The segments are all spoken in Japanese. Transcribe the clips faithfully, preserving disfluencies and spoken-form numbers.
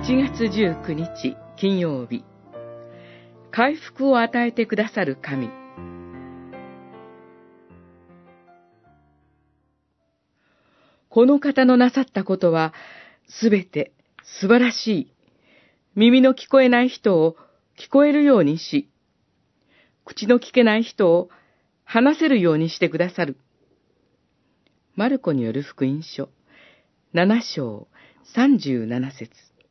しちがつじゅうくにち金曜日、回復を与えてくださる神。この方のなさったことはすべて素晴らしい。耳の聞こえない人を聞こえるようにし、口の聞けない人を話せるようにしてくださる。マルコによる福音書ななしょうさんじゅうななせつ。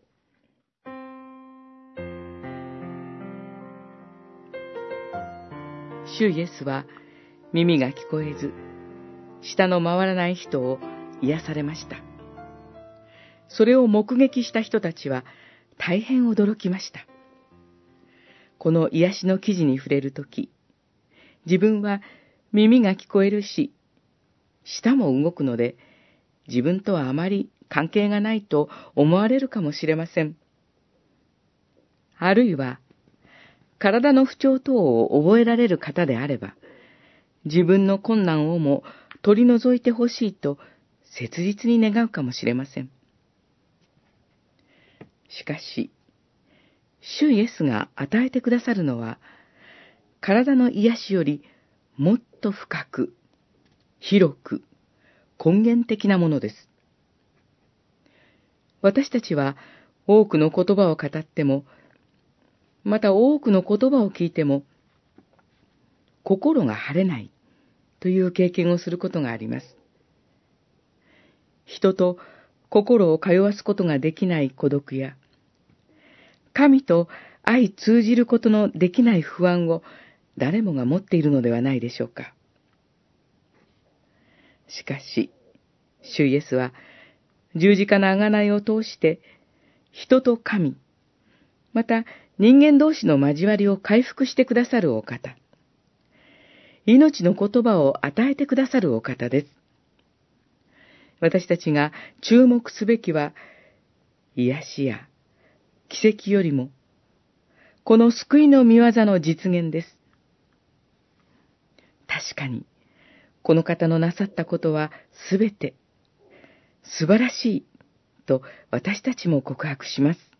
主イエスは耳が聞こえず、舌の回らない人を癒されました。それを目撃した人たちは大変驚きました。この癒しの記事に触れるとき、自分は耳が聞こえるし、舌も動くので、自分とはあまり関係がないと思われるかもしれません。あるいは、体の不調等を覚えられる方であれば、自分の困難をも取り除いてほしいと切実に願うかもしれません。しかし、主イエスが与えてくださるのは、体の癒しよりもっと深く、広く、根源的なものです。私たちは多くの言葉を語っても、また多くの言葉を聞いても、心が晴れないという経験をすることがあります。人と心を通わすことができない孤独や、神と相通じることのできない不安を誰もが持っているのではないでしょうか。しかし、主イエスは十字架の贖いを通して人と神、また人間同士の交わりを回復してくださるお方、命の言葉を与えてくださるお方です。私たちが注目すべきは、癒しや奇跡よりも、この救いの御業の実現です。確かに、この方のなさったことはすべて素晴らしいと私たちも告白します。